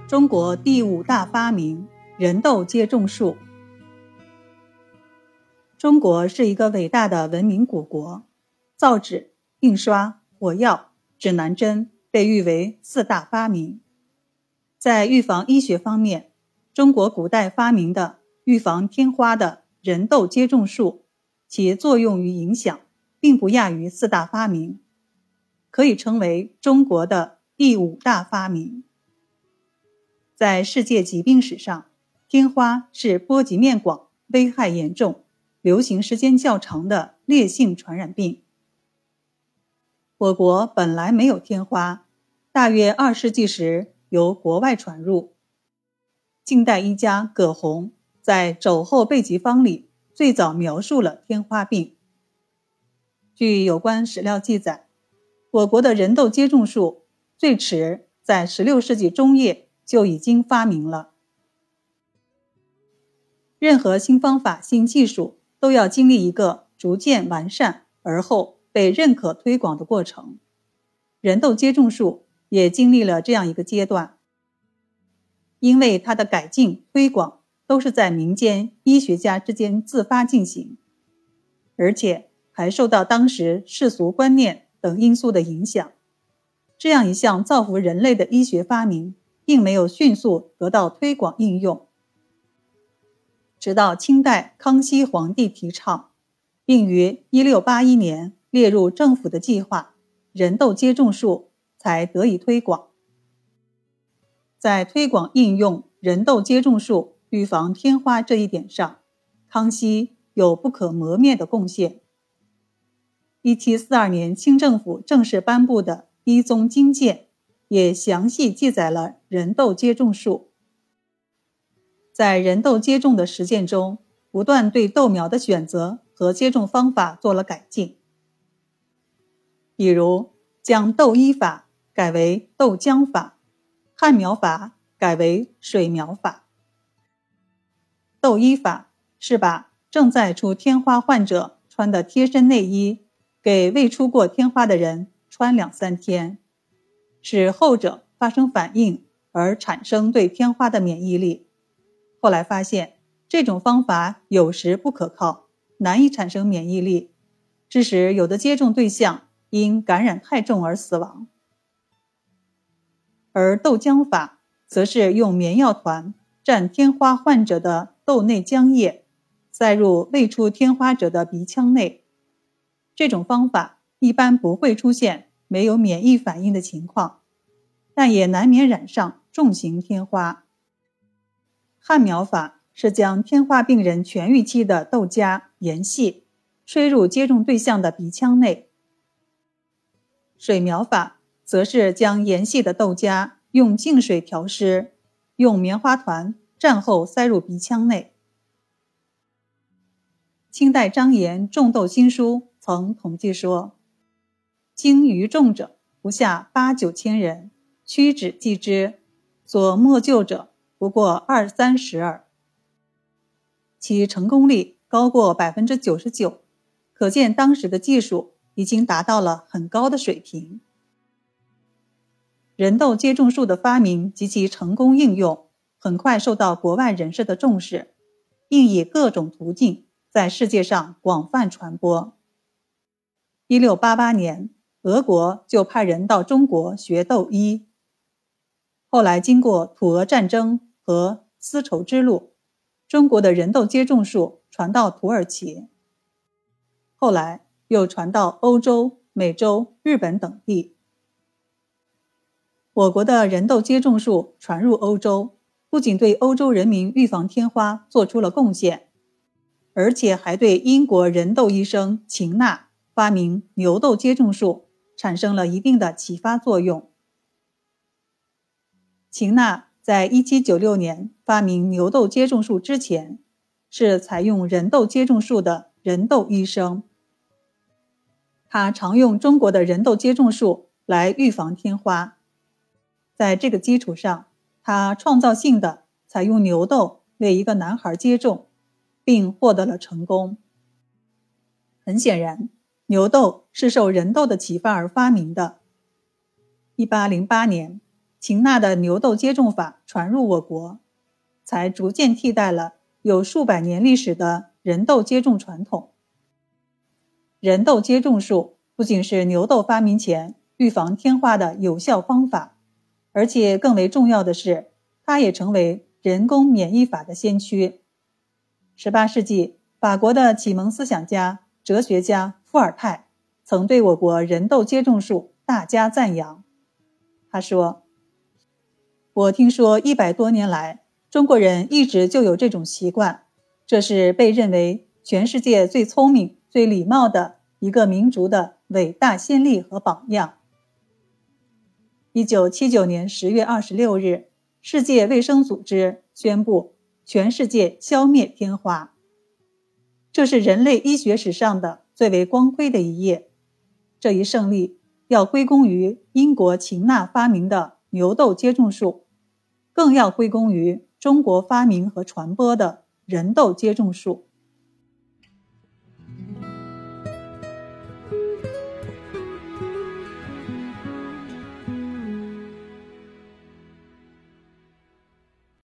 中国第5大发明，人痘接种术。中国是一个伟大的文明古国，造纸、印刷、火药、指南针被誉为4大发明。在预防医学方面，中国古代发明的预防天花的人痘接种术，其作用与影响并不亚于4大发明，可以称为中国的第5大发明。在世界疾病史上，天花是波及面广、危害严重、流行时间较长的烈性传染病。我国本来没有天花，大约2世纪时由国外传入。近代医家葛洪在《肘后备急方》里最早描述了天花病。据有关史料记载，我国的人痘接种术最迟在16世纪中叶就已经发明了。任何新方法、新技术都要经历一个逐渐完善而后被认可推广的过程。人痘接种术也经历了这样一个阶段，因为它的改进、推广都是在民间医学家之间自发进行，而且还受到当时世俗观念等因素的影响。这样一项造福人类的医学发明并没有迅速得到推广应用，直到清代康熙皇帝提倡，并于1681年列入政府的计划，人痘接种术才得以推广。在推广应用人痘接种术预防天花这一点上，康熙有不可磨灭的贡献。1742年清政府正式颁布的一宗经鉴也详细记载了人痘接种术。在人痘接种的实践中，不断对痘苗的选择和接种方法做了改进。比如将痘医法改为痘浆法，汗苗法改为水苗法。痘医法是把正在出天花患者穿的贴身内衣给未出过天花的人穿2-3天，使后者发生反应而产生对天花的免疫力。后来发现这种方法有时不可靠，难以产生免疫力，致使有的接种对象因感染太重而死亡。而痘浆法则是用棉药团蘸天花患者的痘内浆液，塞入未出天花者的鼻腔内。这种方法一般不会出现没有免疫反应的情况，但也难免染上重型天花。汗苗法是将天花病人痊愈期的痘痂、盐细吹入接种对象的鼻腔内。水苗法则是将盐细的痘痂用净水调湿，用棉花团蘸后塞入鼻腔内。清代张炎《种痘新书》曾统计说，经于种者不下8-9千人，屈指计之，所莫救者不过20-30耳。其成功率高过 99%， 可见当时的技术已经达到了很高的水平。人痘接种术的发明及其成功应用很快受到国外人士的重视，并以各种途径在世界上广泛传播。1688年，俄国就派人到中国学痘医。后来经过土俄战争和丝绸之路，中国的人痘接种术传到土耳其，后来又传到欧洲、美洲、日本等地。我国的人痘接种术传入欧洲，不仅对欧洲人民预防天花做出了贡献，而且还对英国人痘医生秦纳发明牛痘接种术产生了一定的启发作用。秦纳在1796年发明牛痘接种术之前，是采用人痘接种术的人痘医生。他常用中国的人痘接种术来预防天花。在这个基础上，他创造性地采用牛痘为一个男孩接种，并获得了成功。很显然，牛痘是受人痘的启发而发明的。1808年， 秦纳的牛痘接种法传入我国，才逐渐替代了有数百年历史的人痘接种传统。人痘接种术不仅是牛痘发明前预防天花的有效方法，而且更为重要的是，它也成为人工免疫法的先驱。18世纪，法国的启蒙思想家、哲学家伏尔泰曾对我国人痘接种术大加赞扬。他说：“我听说100多年来，中国人一直就有这种习惯，这是被认为全世界最聪明、最礼貌的一个民族的伟大先例和榜样。”1979年10月26日，世界卫生组织宣布全世界消灭天花。这是人类医学史上的最为光辉的一页。这一胜利要归功于英国秦纳发明的牛痘接种术，更要归功于中国发明和传播的人痘接种术。